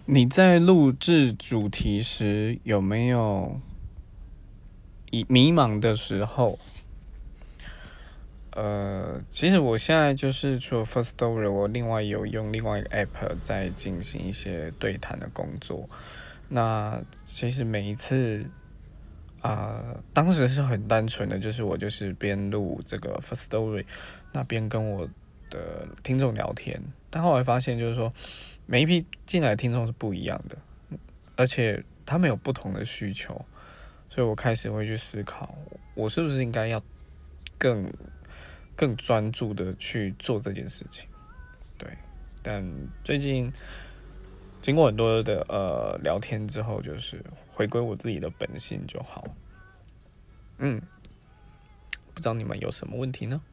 你在录制主题时有没有迷茫的时候？其实我现在就是除了 First Story，我另外有用另外一个 App 在进行一些对谈的工作。那其实每一次当时是很单纯的，就是我就是边录这个 First Story，那边跟我的听众聊天。但后来发现，就是说每一批进来的听众是不一样的，而且他们有不同的需求，所以我开始会去思考，我是不是应该要更专注的去做这件事情。对，但最近经过很多的聊天之后，就是回归我自己的本性就好。不知道你们有什么问题呢？